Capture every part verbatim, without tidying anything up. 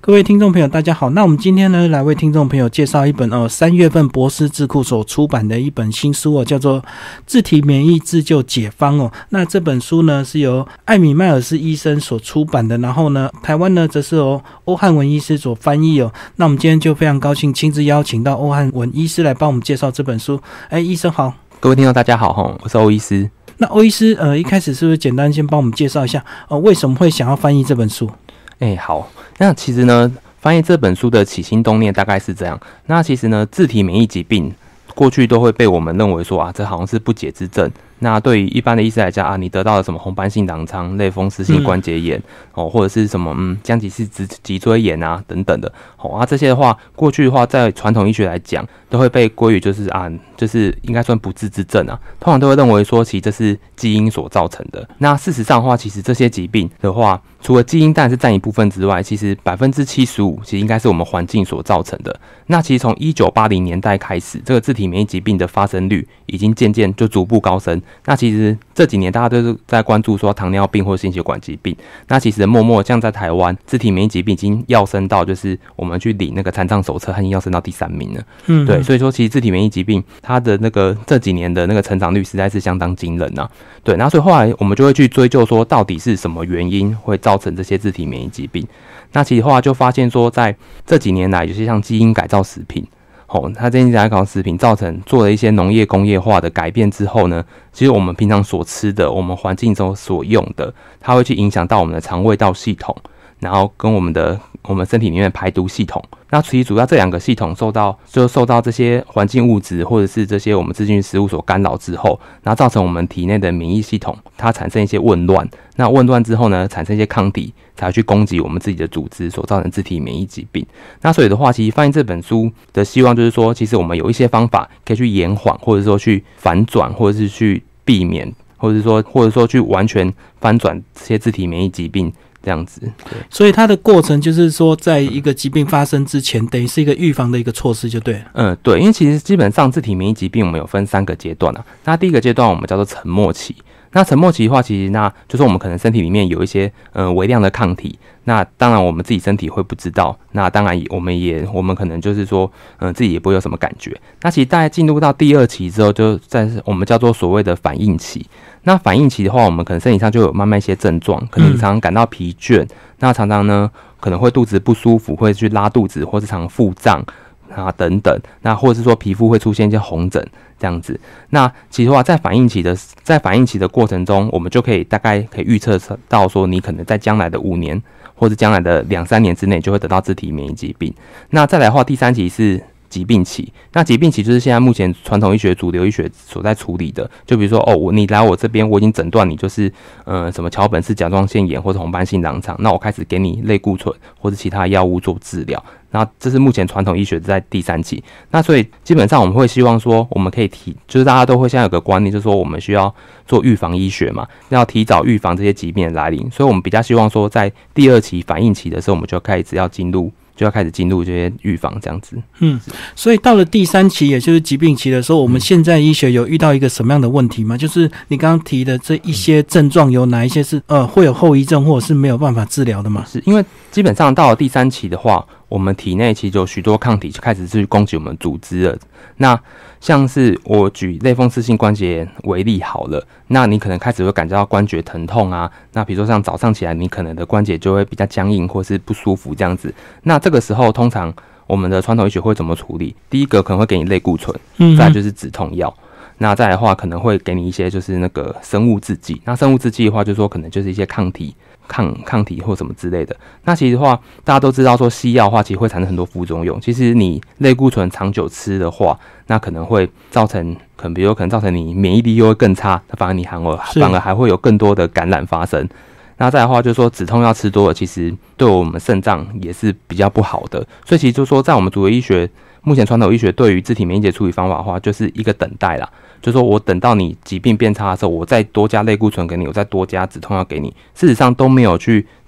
各位听众朋友大家好，那我们今天呢来为听众朋友介绍一本哦三月份博思智库所出版的一本新书哦，叫做自体免疫自救解方哦。那这本书呢是由艾米迈尔斯医生所出版的，然后呢台湾呢则是由欧汉文医师所翻译哦。那我们今天就非常高兴亲自邀请到欧汉文医师来帮我们介绍这本书。哎，医生好。 各位听众大家好，我是欧医师。 那欧医师呃一开始是不是简单先帮我们介绍一下呃为什么会想要翻译这本书？ 哎，好，那其实呢，翻译这本书的起心动念大概是这样。那其实呢，自体免疫疾病过去都会被我们认为说啊，这好像是不解之症。那对于一般的医师来讲啊，你得到了什么红斑性狼疮、类风湿性关节炎、嗯、哦，或者是什么嗯僵直性脊椎炎啊等等的，哦啊这些的话，过去的话在传统医学来讲，都会被归于就是啊，就是应该算不治之症啊。通常都会认为说，其实这是基因所造成的。那事实上的话，其实这些疾病的话，除了基因当然是占一部分之外，其实百分之七十五其实应该是我们环境所造成的。那其实从一九八零年代开始，这个自体免疫疾病的发生率已经渐渐就逐步高升。那其实这几年大家都是在关注说糖尿病或心血管疾病，那其实默默像在台湾，自体免疫疾病已经跃升到就是我们去领那个残障手册，它已经跃升到第三名了。嗯，对，所以说其实自体免疫疾病它的那个这几年的那个成长率实在是相当惊人啊。对，那所以后来我们就会去追究说，到底是什么原因会造成这些自体免疫疾病？那其实后来就发现说，在这几年来，有些像基因改造食品。哦，它这些改造食品造成做了一些农业工业化的改变之后呢，其实我们平常所吃的，我们环境中所用的，它会去影响到我们的肠胃道系统，然后跟我们的我们身体里面的排毒系统。那其实主要这两个系统受到就受到这些环境物质或者是这些我们吃进去食物所干扰之后，然后造成我们体内的免疫系统它产生一些紊乱。那紊乱之后呢，产生一些抗体，才去攻击我们自己的组织，所造成自体免疫疾病。那所以的话，其实翻译这本书的希望就是说，其实我们有一些方法可以去延缓，或者说去反转，或者是去避免，或者说或者说去完全翻转这些自体免疫疾病。这样子，对， 所以它的过程就是说，在一个疾病发生之前，等于是一个预防的一个措施，就对了。 嗯，对，因为其实基本上自体免疫疾病我们有分三个阶段啊。那第一个阶段我们叫做沉默期。那沉默期的话，其实那就是我们可能身体里面有一些嗯、呃、微量的抗体。那当然我们自己身体会不知道，那当然我们也我们可能就是说嗯、呃、自己也不会有什么感觉。那其实大概进入到第二期之后，就在我们叫做所谓的反应期。那反应期的话，我们可能身体上就有慢慢一些症状，可能你常常感到疲倦，嗯、那常常呢可能会肚子不舒服，会去拉肚子，或是常腹胀啊等等，那或者是说皮肤会出现一些红疹这样子。那其实的话，在反应期的在反应期的过程中，我们就可以大概可以预测到说，你可能在将来的五年或者将来的两三年之内就会得到自体免疫疾病。那再来的话，第三期是疾病期。那疾病期就是现在目前传统医学、主流医学所在处理的，就比如说哦，我你来我这边，我已经诊断你就是呃什么桥本氏甲状腺炎或者红斑性狼疮，那我开始给你类固醇或者其他药物做治疗。那这是目前传统医学在第三期。那所以基本上我们会希望说，我们可以提，就是大家都会现在有个观念，就是说我们需要做预防医学嘛，要提早预防这些疾病的来临。所以我们比较希望说，在第二期反应期的时候，我们就开始要进入。就要开始进入这些预防这样子。 嗯，所以到了第三期，也就是疾病期的时候，我们现在医学有遇到一个什么样的问题吗？就是你刚刚提的这一些症状，有哪一些是呃会有后遗症，或者是没有办法治疗的吗？ 是因为基本上到了第三期的话，我们体内其实有许多抗体就开始去攻击我们组织了。那像是我举类风湿性关节炎为例好了，那你可能开始会感觉到关节疼痛啊，那比如说像早上起来你可能的关节就会比较僵硬或是不舒服这样子。那这个时候通常我们的传统医学会怎么处理？第一个可能会给你类固醇，再来就是止痛药。那再来的话可能会给你一些就是那个生物制剂，那生物制剂的话就是说可能就是一些抗体抗抗体或什么之类的。那其实的话大家都知道说西药的话其实会产生很多副作用，其实你类固醇长久吃的话，那可能会造成可能比如可能造成你免疫力又会更差，反而你反而反而还会有更多的感染发生。那再来的话就是说止痛药吃多了其实对我们肾脏也是比较不好的。所以其实就是说在我们主流医学目前传统医学对于自体免疫疾处理方法的话就是一个等待啦，就是说我等到你疾病变差的时候，我再多加类固醇给你，我再多加止痛药给你，事实上都没有去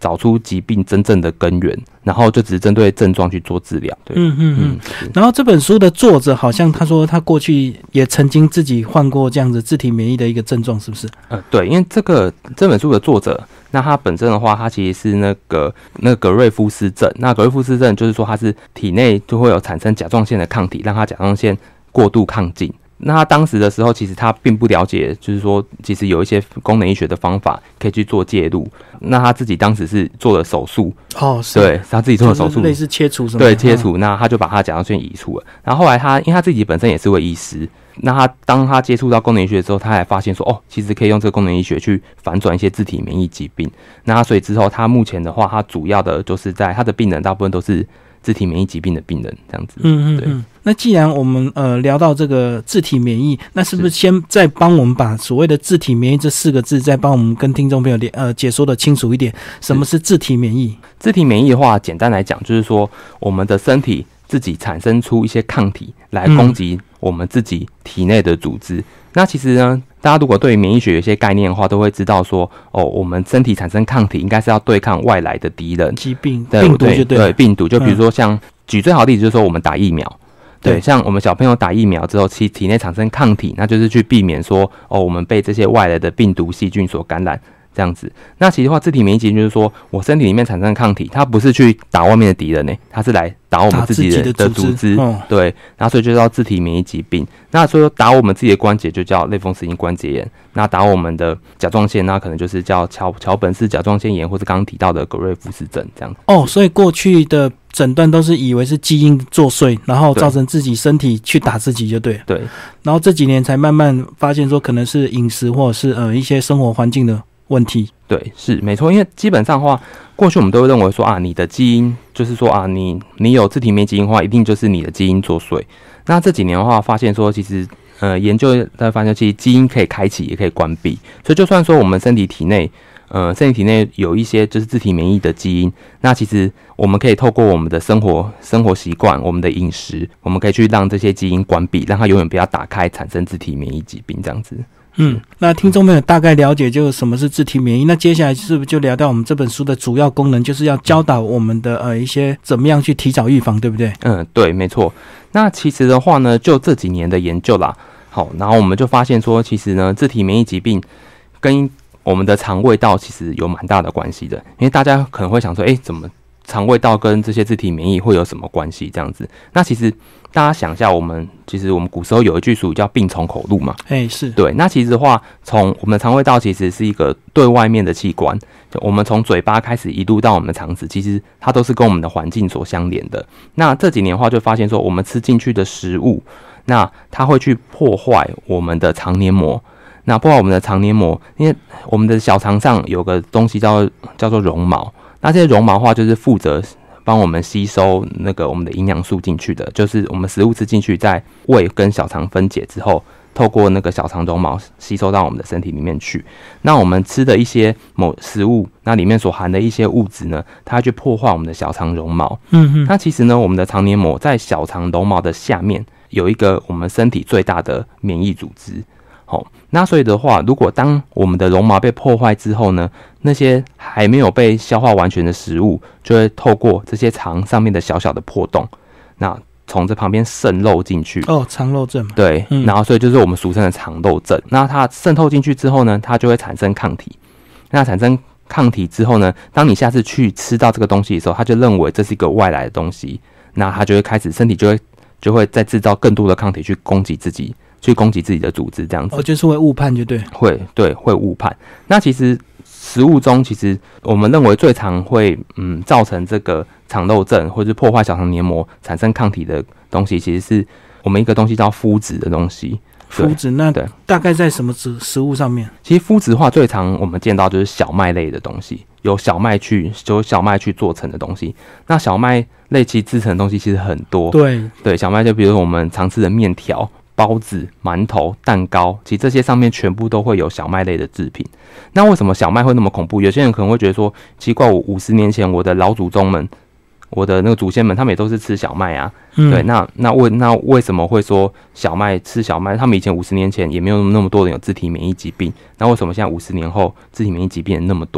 找出疾病真正的根源，然后就只是针对症状去做治疗。对， 嗯嗯嗯。然后这本书的作者好像他说他过去也曾经自己患过这样子自体免疫的一个症状，是不是？ 呃，对，因为这个这本书的作者，那他本身的话，他其实是那个那个格瑞夫斯症。那格瑞夫斯症就是说，他是体内就会有产生甲状腺的抗体，让他甲状腺过度亢进。那他当时的时候，其实他并不了解，就是说，其实有一些功能医学的方法可以去做介入。那他自己当时是做了手术， 哦，是， 对，他自己做了手术， 类似切除什么？ 对，切除。那他就把他甲状腺移除了。然后后来他，因为他自己本身也是位医师，那他当他接触到功能医学之后，他还发现说，哦，其实可以用这个功能医学去反转一些自体免疫疾病。那所以之后，他目前的话，他主要的就是在他的病人大部分都是自体免疫疾病的病人，这样子。 嗯嗯嗯。那既然我们呃聊到这个自体免疫，那是不是先再帮我们把所谓的自体免疫这四个字，再帮我们跟听众朋友呃解说的清楚一点？什么是自体免疫？ 自体免疫的话，简单来讲就是说，我们的身体自己产生出一些抗体来攻击我们自己体内的组织。嗯、那其实呢，大家如果对免疫学有一些概念的话，都会知道说，哦，我们身体产生抗体应该是要对抗外来的敌人、 疾病、 对病毒就对了， 对病毒。就比如说像、嗯、举最好的例子就是说，我们打疫苗。对，像我们小朋友打疫苗之后，其体内产生抗体，那就是去避免说，哦，我们被这些外来的病毒细菌所感染。这样子，那其实的话，自体免疫疾病就是说我身体里面产生的抗体，它不是去打外面的敌人呢、欸，它是来打我们自己 的, 的组织，哦、对，然后所以就叫自体免疫疾病。那所以说打我们自己的关节就叫类风湿性关节炎，那打我们的甲状腺，那可能就是叫桥桥本氏甲状腺炎，或是刚刚提到的格瑞夫斯症这样子。 哦，所以过去的诊断都是以为是基因作祟，然后造成自己身体去打自己就对了。 对， 然后这几年才慢慢发现说，可能是饮食或者是呃一些生活环境的问题。 对，是没错，因为基本上的话，过去我们都会认为说啊，你的基因就是说啊，你你有自体免疫基因的话，一定就是你的基因作祟。那这几年的话，发现说其实呃研究在发现，其实基因可以开启，也可以关闭。所以就算说我们身体体内呃身体体内有一些就是自体免疫的基因，那其实我们可以透过我们的生活生活习惯、我们的饮食，我们可以去让这些基因关闭，让它永远不要打开，产生自体免疫疾病这样子。 嗯，那听众朋友大概了解就是什么是自体免疫，那接下来是不是就聊到我们这本书的主要功能，就是要教导我们的呃一些怎么样去提早预防，对不对？ 嗯，对，没错。那其实的话呢，就这几年的研究啦，好，然后我们就发现说，其实呢，自体免疫疾病跟我们的肠胃道其实有蛮大的关系的，因为大家可能会想说，哎，怎么肠胃道跟这些自体免疫会有什么关系？这样子，那其实大家想一下，我们其实我们古时候有一句俗语叫“病从口入”嘛， 哎，是对。那其实的话，从我们的肠胃道其实是一个对外面的器官，就我们从嘴巴开始一路到我们的肠子，其实它都是跟我们的环境所相连的。那这几年的话，就发现说，我们吃进去的食物，那它会去破坏我们的肠黏膜。那破坏我们的肠黏膜，因为我们的小肠上有个东西叫叫做绒毛，那这些绒毛的话就是负责帮我们吸收那个我们的营养素进去的，就是我们食物吃进去，在胃跟小肠分解之后，透过那个小肠绒毛吸收到我们的身体里面去。那我们吃的一些某食物，那里面所含的一些物质呢，它去破坏我们的小肠绒毛。嗯嗯。那其实呢，我们的肠黏膜在小肠绒毛的下面有一个我们身体最大的免疫组织。好，那所以的话，如果当我们的绒毛被破坏之后呢，那些还没有被消化完全的食物，就会透过这些肠上面的小小的破洞，那从这旁边渗漏进去。 哦，肠漏症嘛。 对、嗯，然后所以就是我们俗称的肠漏症。那它渗透进去之后呢，它就会产生抗体。那产生抗体之后呢，当你下次去吃到这个东西的时候，它就认为这是一个外来的东西，那它就会开始身体就会就会再制造更多的抗体去攻击自己。去攻击自己的组织，这样子。 哦，就是会误判，就对。 会，对，会误判。那其实食物中，其实我们认为最常会嗯造成这个肠漏症或者是破坏小肠黏膜产生抗体的东西，其实是我们一个东西叫麸质的东西。 麸质，那大概在什么食食物上面？ 其实麸质的话，最常我们见到就是小麦类的东西，由小麦去由小麦去做成的东西。那小麦类其实制成的东西其实很多。 对对，小麦就比如说我们常吃的面条、包子、馒头、蛋糕，其实这些上面全部都会有小麦类的制品。那为什么小麦会那么恐怖？有些人可能会觉得说，奇怪，我五十年前我的老祖宗们，我的那个祖先们，他们也都是吃小麦啊。嗯、对，那那为那为什么会说小麦吃小麦？他们以前五十年前也没有那么多人有自体免疫疾病，那为什么现在五十年后自体免疫疾病也那么多？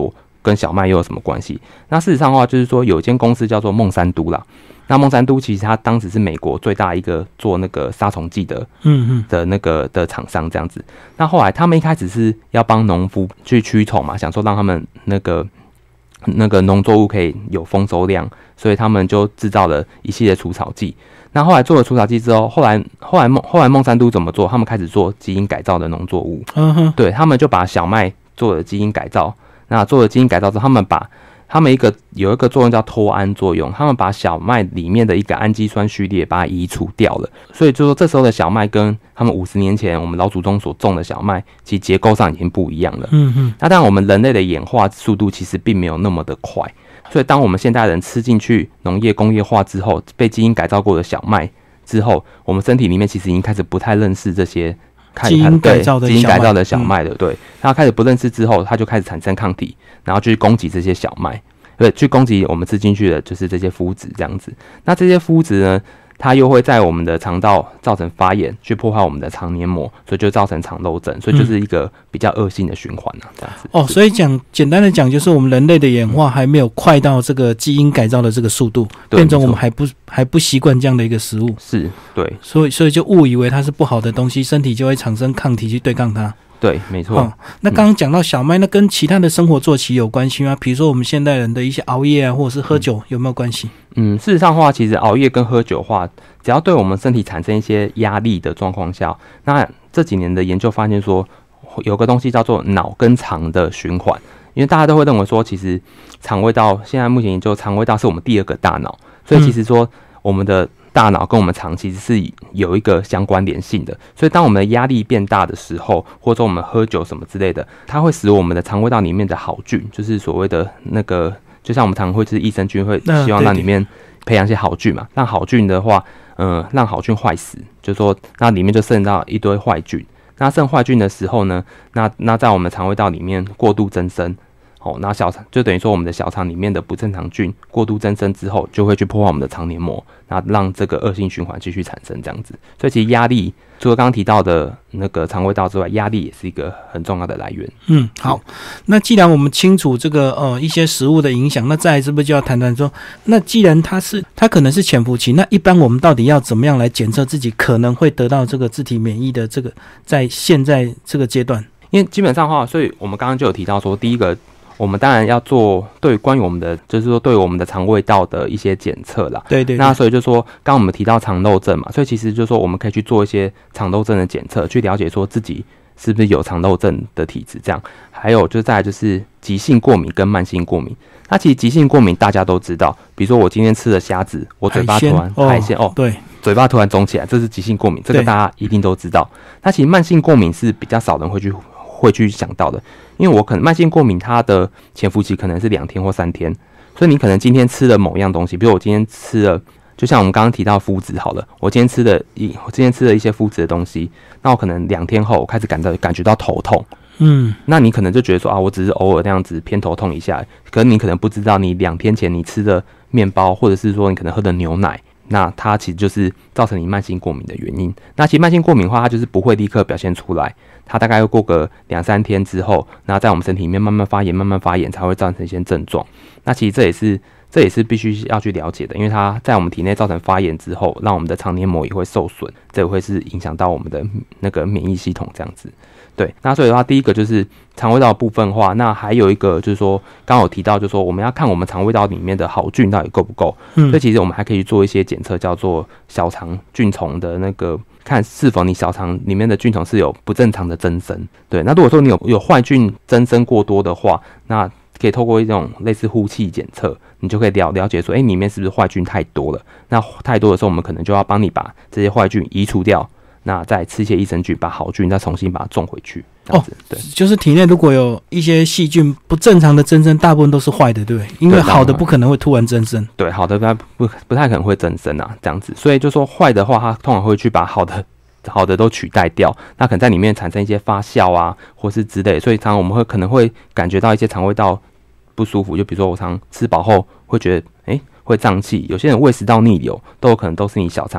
跟小麦又有什么关系？那事实上的话，就是说有一间公司叫做孟山都啦。那孟山都其实它当时是美国最大一个做那个杀虫剂的，嗯嗯的那个的厂商这样子。那后来他们一开始是要帮农夫去驱虫嘛，想说让他们那个那个农作物可以有丰收量，所以他们就制造了一系列除草剂。那后来做了除草剂之后，后来后来孟后来孟山都怎么做？他们开始做基因改造的农作物，嗯哼，对他们就把小麦做了基因改造。那做了基因改造之后，他们把他们一个有一个作用叫脱氨作用，他们把小麦里面的一个氨基酸序列把它移除掉了，所以就说这时候的小麦跟他们五十年前我们老祖宗所种的小麦，其实结构上已经不一样了。嗯嗯。那当然，我们人类的演化速度其实并没有那么的快，所以当我们现代人吃进去农业工业化之后，被基因改造过的小麦之后，我们身体里面其实已经开始不太认识这些。 基因改造的基因改造的小麦的，对，他开始不认识之后，他就开始产生抗体，然后去攻击这些小麦，对，去攻击我们吃进去的就是这些麸质这样子。那这些麸质呢，它又会在我们的肠道造成发炎，去破坏我们的肠黏膜，所以就造成肠漏症，所以就是一个比较恶性的循环啊，这样子。 哦，所以讲简单的讲，就是我们人类的演化还没有快到这个基因改造的这个速度，变成我们还不还不习惯这样的一个食物。 是，对， 所以所以就误以为它是不好的东西，身体就会产生抗体去对抗它。 对，没错。 哦，那刚刚讲到小麦，那跟其他的生活作息有关系吗？比如说我们现代人的一些熬夜啊，或者是喝酒，嗯、有没有关系？ 嗯，事实上的话，其实熬夜跟喝酒的话，只要对我们身体产生一些压力的状况下，那这几年的研究发现说，有个东西叫做脑跟肠的循环。因为大家都会认为说，其实肠胃道现在目前研究，肠胃道是我们第二个大脑，所以其实说我们的大脑跟我们肠其实是有一个相关联性的，所以当我们的压力变大的时候，或者说我们喝酒什么之类的，它会使我们的肠胃道里面的好菌，就是所谓的那个，就像我们常会就是益生菌会希望让里面培养一些好菌嘛，让好菌的话，嗯、呃，让好菌坏死，就是说那里面就剩到一堆坏菌，那剩坏菌的时候呢，那那在我们肠胃道里面过度增生。哦，那小肠就等于说我们的小肠里面的不正常菌过度增生之后，就会去破坏我们的肠黏膜，那让这个恶性循环继续产生这样子。所以其实压力除了刚刚提到的那个肠胃道之外，压力也是一个很重要的来源。 嗯，好，那既然我们清楚这个呃一些食物的影响，那再来是不是就要谈谈说，那既然它是它可能是潜伏期，那一般我们到底要怎么样来检测自己可能会得到这个自体免疫的这个在现在这个阶段？ 因为基本上的话，所以我们刚刚就有提到说，第一个。我们当然要做对关于我们的，就是说对我们的肠胃道的一些检测啦。 对 对, 对。 那所以就说，刚刚我们提到肠漏症嘛，所以其实就说我们可以去做一些肠漏症的检测，去了解说自己是不是有肠漏症的体质。这样，还有就再来就是急性过敏跟慢性过敏。那其实急性过敏大家都知道，比如说我今天吃了虾子，我嘴巴突然海鲜 哦, 哦， 对， 嘴巴突然肿起来，这是急性过敏，这个大家一定都知道。那其实慢性过敏是比较少人会去。会去想到的，因为我可能慢性过敏，它的潜伏期可能是两天或三天，所以你可能今天吃了某样东西，比如我今天吃了，就像我们刚刚提到麸质好了，我今天吃了一，我今天吃了一些麸质的东西，那我可能两天后我开始感到感觉到头痛，嗯，那你可能就觉得说啊，我只是偶尔那样子偏头痛一下，可是你可能不知道，你两天前你吃的面包，或者是说你可能喝的牛奶。那它其实就是造成你慢性过敏的原因。那其实慢性过敏的话，它就是不会立刻表现出来，它大概会过个两三天之后，那在我们身体里面慢慢发炎，慢慢发炎才会造成一些症状。那其实这也是这也是必须要去了解的，因为它在我们体内造成发炎之后，让我们的肠黏膜也会受损，这也会是影响到我们的那个免疫系统这样子。对，那所以的话，第一个就是肠胃道的部分的话，那还有一个就是说，刚刚有提到，就是说我们要看我们肠胃道里面的好菌到底够不够。嗯，所以其实我们还可以做一些检测，叫做小肠菌丛的那个，看是否你小肠里面的菌丛是有不正常的增生。对，那如果说你有有坏菌增生过多的话，那可以透过一种类似呼气检测，你就可以了了解说，哎、欸，里面是不是坏菌太多了？那太多的时候，我们可能就要帮你把这些坏菌移除掉。那再吃一些益生菌，把好菌再重新把它种回去。哦，对， 就是体内如果有一些细菌不正常的增生，大部分都是坏的，对不对？因为好的不可能会突然增生。 对，好的不不不太可能会增生啊，这样子。所以就说坏的话，它通常会去把好的好的都取代掉，那可能在里面产生一些发酵啊，或是之类。所以常常我们会可能会感觉到一些肠胃道不舒服，就比如说我常吃饱后会觉得，哎、欸，会胀气。有些人胃食道逆流，都有可能都是你小肠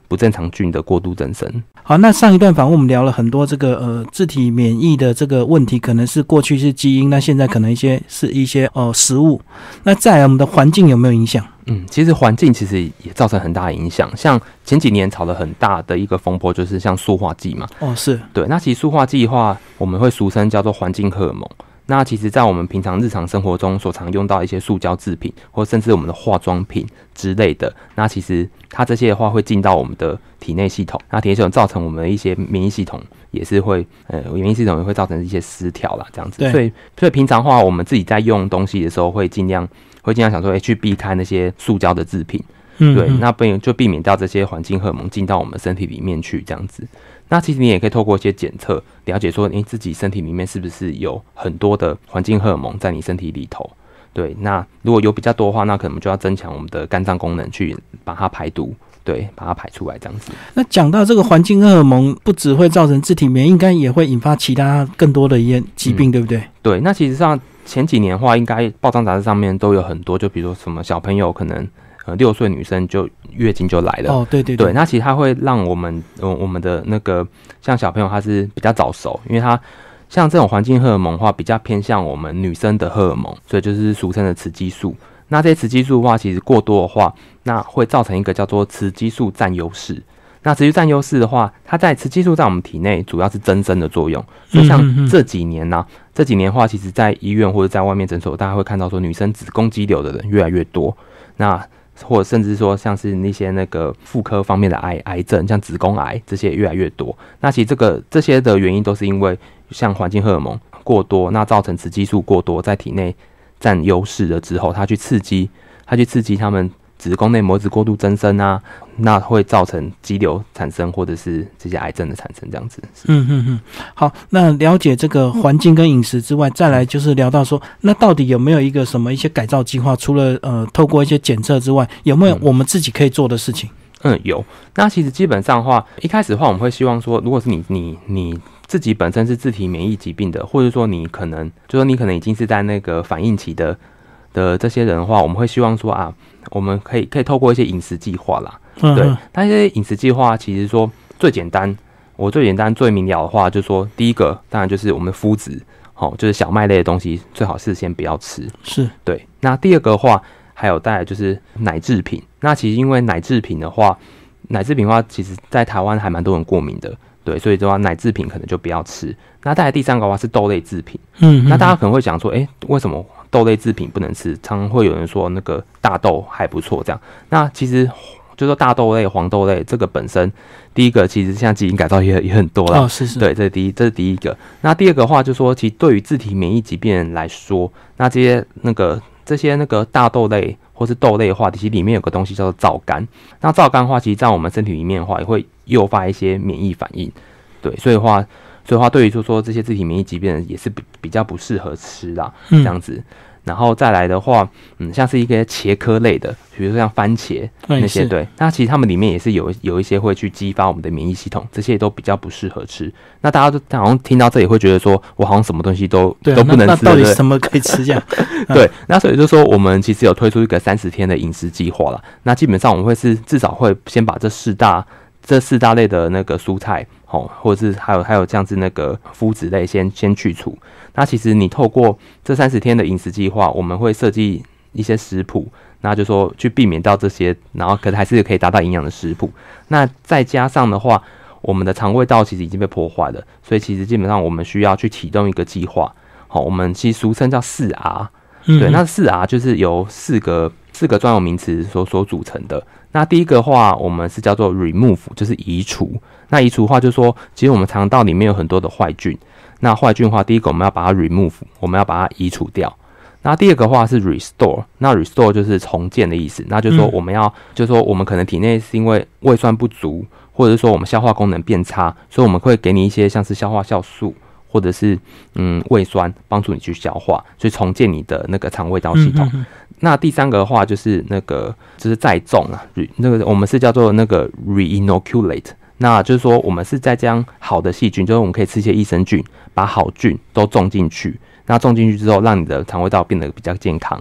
不正常菌的过度增生。 好，那上一段访问我们聊了很多这个呃自体免疫的这个问题，可能是过去是基因，那现在可能一些是一些呃食物。那再来我们的环境有没有影响？ 嗯，其实环境其实也造成很大的影响，像前几年炒了很大的一个风波，就是像塑化剂嘛。 哦，是对。那其实塑化剂的话，我们会俗称叫做环境荷尔蒙。那其实在我们平常日常生活中所常用到一些塑胶制品，或甚至我们的化妆品之类的，那其实它这些的话会进到我们的体内系统，那体内系统造成我们的一些免疫系统也是会呃免疫系统也会造成一些失调啦，这样子。所以所以平常的话，我们自己在用东西的时候会尽量会尽量想说，哎、欸，去避开那些塑胶的制品。嗯，对，那避就避免掉这些环境荷尔蒙进到我们身体里面去，这样子。那其实你也可以透过一些检测，了解说，你自己身体里面是不是有很多的环境荷尔蒙在你身体里头。对，那如果有比较多的话，那可能就要增强我们的肝脏功能，去把它排毒，对，把它排出来这样子。 那讲到这个环境荷尔蒙，不只会造成自体免疫，应该也会引发其他更多的一些疾病，嗯、对不对？ 对，那其实上前几年的话，应该报章杂志上面都有很多，就比如说什么小朋友可能。呃，六岁女生就月经就来了。 哦，对对 对, 对，那其实它会让我们，呃，我们的那个像小朋友他是比较早熟，因为他像这种环境荷尔蒙的话，比较偏向我们女生的荷尔蒙，所以就是俗称的雌激素。那这些雌激素的话，其实过多的话，那会造成一个叫做雌激素占优势。那雌激素占优势的话，它在雌激素在我们体内主要是增生的作用，所以像这几年呢、啊，嗯嗯嗯这几年的话，其实在医院或者在外面诊所，大家会看到说女生子宫肌瘤的人越来越多。那或者甚至说像是那些那个妇科方面的癌癌症，像子宫癌这些越来越多。那其实这个这些的原因都是因为像环境荷尔蒙过多，那造成雌激素过多在体内占优势了之后，它去刺激它去刺激他们子宫内膜质过度增生啊，那会造成肌瘤产生或者是这些癌症的产生这样子。 嗯嗯嗯，好，那了解这个环境跟饮食之外，再来就是聊到说，那到底有没有一个什么一些改造计划？除了呃透过一些检测之外，有没有我们自己可以做的事情？ 嗯，有。那其实基本上的话，一开始的话，我们会希望说，如果是你你你自己本身是自体免疫疾病的，或者说你可能就说你可能已经是在那个反应期的的这些人的话，我们会希望说啊，我们可以可以透过一些饮食计划啦，嗯、对，那些饮食计划其实说最简单，我最简单最明了的话，就是说第一个当然就是我们麸质，好、哦，就是小麦类的东西最好是先不要吃， 是对。 那第二个的话，还有再来就是奶制品，那其实因为奶制品的话，奶制品的话，其实在台湾还蛮多人过敏的，对，所以的话奶制品可能就不要吃。那再来第三个的话是豆类制品，嗯，那大家可能会讲说，哎、欸，为什么豆类制品不能吃？常常会有人说那个大豆还不错，这样。那其实就说大豆类、黄豆类这个本身，第一个其实现在基因改造也也很多了， 哦，是是， 对，这是第一，这是第一个。那第二个的话，就说其实对于自体免疫疾病人来说，那这些那个这些那个大豆类或是豆类的话，其实里面有个东西叫做皂苷。那皂苷的话，其实在我们身体里面的话，也会诱发一些免疫反应，对，所以的话。所以的话，对于说说这些自体免疫疾病人也是比比较不适合吃啦，这样子。然后再来的话，嗯，像是一个茄科类的，比如说像番茄那些，对，那其实他们里面也是有有一些会去激发我们的免疫系统，这些都比较不适合吃。那大家都好像听到这里会觉得说，我好像什么东西都都不能吃， 那到底什么可以吃这样？ 对，那所以就说我们其实有推出一个三十天的饮食计划啦。那基本上我们会是至少会先把这四大这四大类的那个蔬菜。哦，或者是还有还有像是那个麸质类先先去除。那其实你透过这三十天的饮食计划，我们会设计一些食谱，那就说去避免掉这些，然后可还是可以达到营养的食谱。那再加上的话，我们的肠胃道其实已经被破坏了，所以其实基本上我们需要去启动一个计划。好，我们其实俗称叫四 R， 对，那四 R 就是由四个四个专有名词所所组成的。那第一个的话，我们是叫做 remove， 就是移除。那移除的话，就是说，其实我们肠道里面有很多的坏菌。那坏菌的话，第一个我们要把它 remove， 我们要把它移除掉。那第二个的话是 restore， 那 restore 就是重建的意思。那就是说我们要，嗯、就是说我们可能体内是因为胃酸不足，或者是说我们消化功能变差，所以我们会给你一些像是消化酵素。或者是嗯胃酸帮助你去消化，所以重建你的那个肠胃道系统。嗯、哼哼那第三个的话就是那个就是再种啊，那个我们是叫做那个 reinoculate， 那就是说我们是在将好的细菌，就是我们可以吃一些益生菌，把好菌都种进去。那种进去之后，让你的肠胃道变得比较健康。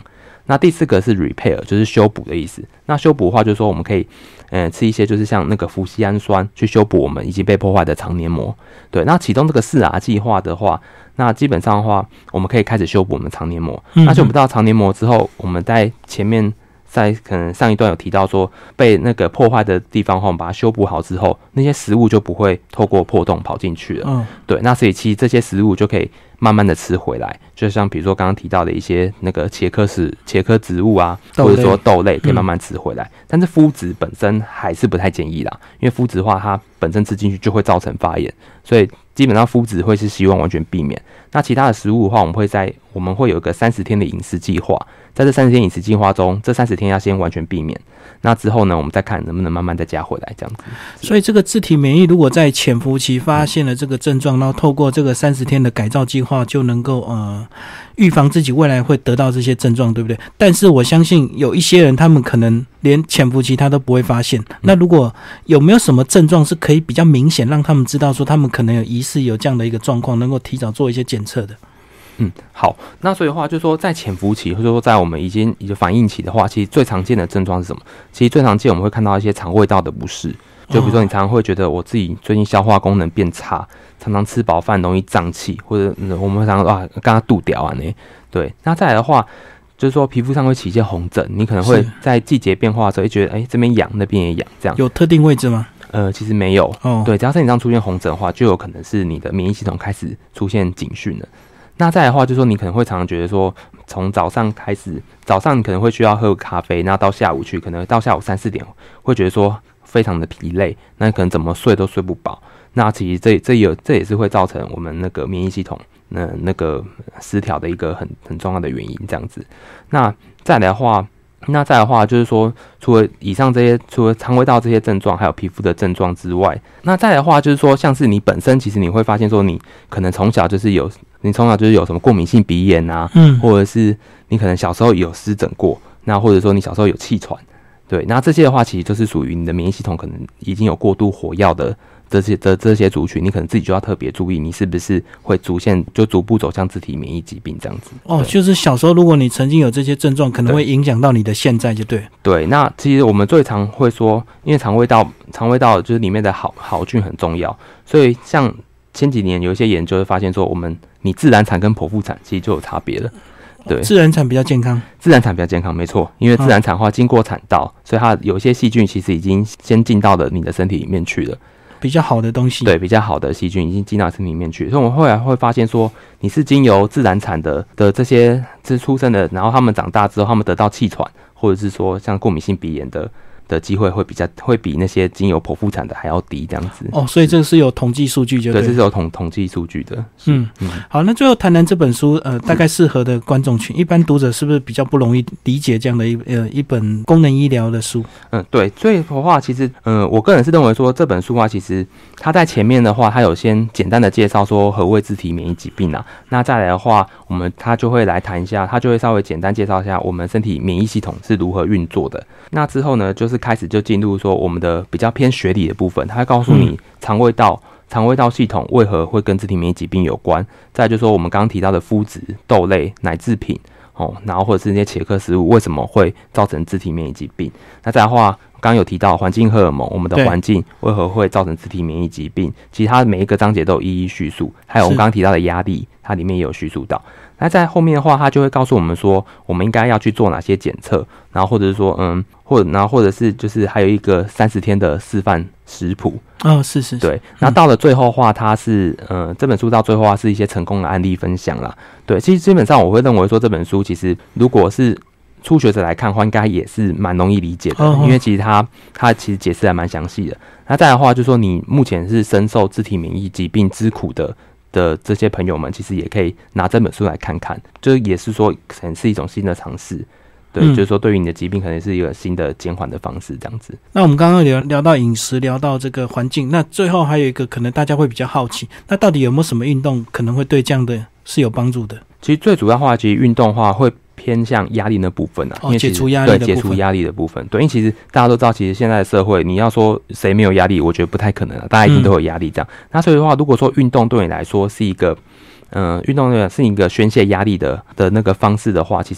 那第四个是 repair， 就是修补的意思。那修补的话，就是说我们可以，呃，吃一些就是像那个麩酰氨酸去修补我们已经被破坏的肠黏膜。对，那启动这个四 R 计划的话，那基本上的话，我们可以开始修补我们肠黏膜。嗯、那修补到肠黏膜之后，我们在前面在可能上一段有提到说，被那个破坏的地方的话，我们把它修补好之后，那些食物就不会透过破洞跑进去了。嗯，对，那所以其实这些食物就可以慢慢的吃回来，就像比如说刚刚提到的一些那个茄科食、茄科植物啊，或者说豆类，可以慢慢吃回来。嗯、但是麸质本身还是不太建议啦，因为麸质的话，它本身吃进去就会造成发炎，所以基本上麸质会是希望完全避免。那其他的食物的话，我们会在我们会有一个三十天的饮食计划，在这三十天饮食计划中，这三十天要先完全避免。那之后呢，我们再看能不能慢慢再加回来，这样子。 所以这个自体免疫如果在潜伏期发现了这个症状，然后透过这个三十天的改造计划，就能够呃预防自己未来会得到这些症状，对不对？但是我相信有一些人，他们可能连潜伏期他都不会发现。那如果有没有什么症状是可以比较明显，让他们知道说他们可能有疑似有这样的一个状况，能够提早做一些检测的？ 嗯，好，那所以的话，就是说在潜伏期，或者说在我们已经已经反应期的话，其实最常见的症状是什么？其实最常见我们会看到一些肠胃道的不适，就比如说你常常会觉得我自己最近消化功能变差，常常吃饱饭容易胀气，或者、嗯、我们会常常啊刚刚肚掉啊呢，对，那再来的话。就是说，皮肤上会起一些红疹，你可能会在季节变化的时候，会觉得哎、欸、这边痒，那边也痒，这样有特定位置吗？ 呃，其实没有。哦，对，只要身体上出现红疹的话，就有可能是你的免疫系统开始出现警讯了。那再来的话，就是说你可能会常常觉得说，从早上开始，早上你可能会需要喝咖啡，那到下午去，可能到下午三四点，会觉得说非常的疲累，那可能怎么睡都睡不饱。那其实这这有这也是会造成我们那个免疫系统。那那个失调的一个很很重要的原因，这样子。那再来的话，那再来的话就是说，除了以上这些，除了肠胃道这些症状，还有皮肤的症状之外，那再来的话就是说，像是你本身其实你会发现说，你可能从小就是有，你从小就是有什么过敏性鼻炎啊，嗯，或者是你可能小时候有湿疹过，那或者说你小时候有气喘，对，那这些的话其实就是属于你的免疫系统可能已经有过度活跃的。这些的这些族群，你可能自己就要特别注意，你是不是会逐渐就逐步走向自体免疫疾病这样子。 哦，就是小时候如果你曾经有这些症状，可能会影响到你的现在，就对。 对，那其实我们最常会说，因为肠胃道肠胃道就是里面的好好菌很重要，所以像前几年有一些研究会发现说，我们你自然产跟剖腹产其实就有差别了。对， 自然产比较健康， 自然产比较健康，没错，因为自然产的话经过产道，所以它有一些细菌其实已经先进到了你的身体里面去了。 比较好的东西， 对，比较好的细菌已经进到身体里面去，所以我们后来会发现说，你是经由自然产的的这些是出生的，然后他们长大之后，他们得到气喘，或者是说像过敏性鼻炎的的机会会比较会比那些经由剖腹产的还要低，这样子。哦， 所以这个是有统计数据就对， 对，这是有统统计数据的。 嗯嗯，好，那最后谈谈这本书，呃，大概适合的观众群，一般读者是不是比较不容易理解这样的一呃一本功能医疗的书？ 嗯，对，所以的话，其实，嗯、呃，我个人是认为说这本书啊，其实它在前面的话，它有先简单的介绍说何谓自体免疫疾病啊，那再来的话，我们它就会来谈一下，它就会稍微简单介绍一下我们身体免疫系统是如何运作的。那之后呢，就是开始就进入说我们的比较偏学理的部分，它会告诉你肠胃道、肠胃道系统为何会跟自体免疫疾病有关。再来就是说我们刚刚提到的麸质、豆类、奶制品。哦，然后或者是那些茄科食物为什么会造成自体免疫疾病？那再来的话，刚刚有提到环境荷尔蒙，我们的环境为何会造成自体免疫疾病？其实它每一个章节都有一一叙述，还有我们刚刚提到的压力，它里面也有叙述到。那在后面的话，它就会告诉我们说，我们应该要去做哪些检测，然后或者是说，嗯，或者然后或者是就是还有一个三十天的示范食谱。 哦，是是是， 对。那到了最后的话，它是呃这本书到最后的话是一些成功的案例分享啦。对，其实基本上我会认为说这本书其实如果是初学者来看的话，应该也是蛮容易理解的，哦哦因为其实它它其实解释还蛮详细的。那再来的话，就是说你目前是深受自体免疫疾病之苦的。的这些朋友们，其实也可以拿这本书来看看，就也是说可能是一种新的尝试，对、嗯，就是说对于你的疾病可能是一个新的减缓的方式，这样子。 那我们刚刚聊聊到饮食，聊到这个环境，那最后还有一个可能大家会比较好奇，那到底有没有什么运动可能会对这样的是有帮助的？ 其实最主要的话，其实运动的话会偏向压力的部分啊， 哦、因为解除压力的部分， 对，解除压力的部分，对，因为其实大家都知道，其实现在的社会，你要说谁没有压力，我觉得不太可能了，大家一定都有压力这样。嗯、那所以的话，如果说运动对你来说是一个，嗯、呃，运动是一个宣泄压力的的那个方式的话，其实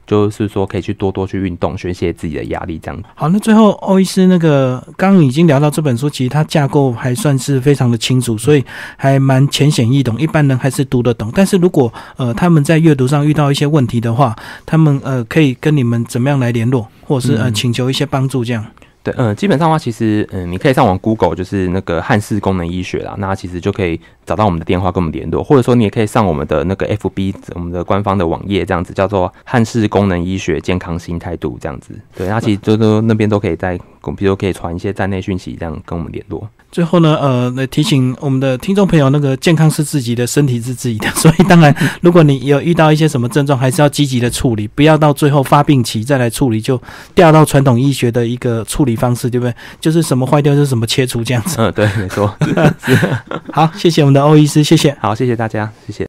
就是说可以去多多去运动，宣泄自己的压力这样。 好，那最后欧医师那个刚刚已经聊到这本书，其实它架构还算是非常的清楚，所以还蛮浅显易懂，一般人还是读得懂。但是如果呃他们在阅读上遇到一些问题的话，他们呃可以跟你们怎么样来联络，或者是呃请求一些帮助这样？ 对，嗯，基本上的话，其实，嗯，你可以上网 Google， 就是那个汉氏功能医学啦，那其实就可以找到我们的电话跟我们联络，或者说你也可以上我们的那个 F B， 我们的官方的网页，这样子叫做汉氏功能医学健康新态度这样子。对，那其实就都那边都可以在，比如说可以传一些站内讯息，这样跟我们联络。 最后呢，呃，来提醒我们的听众朋友，那个健康是自己的，身体是自己的，所以当然，如果你有遇到一些什么症状，还是要积极的处理，不要到最后发病期再来处理，就掉到传统医学的一个处理方式，对不对？就是什么坏掉就是什么切除这样子。 嗯，对，没错。 好，谢谢我们的欧医师，谢谢。 好，谢谢大家，谢谢。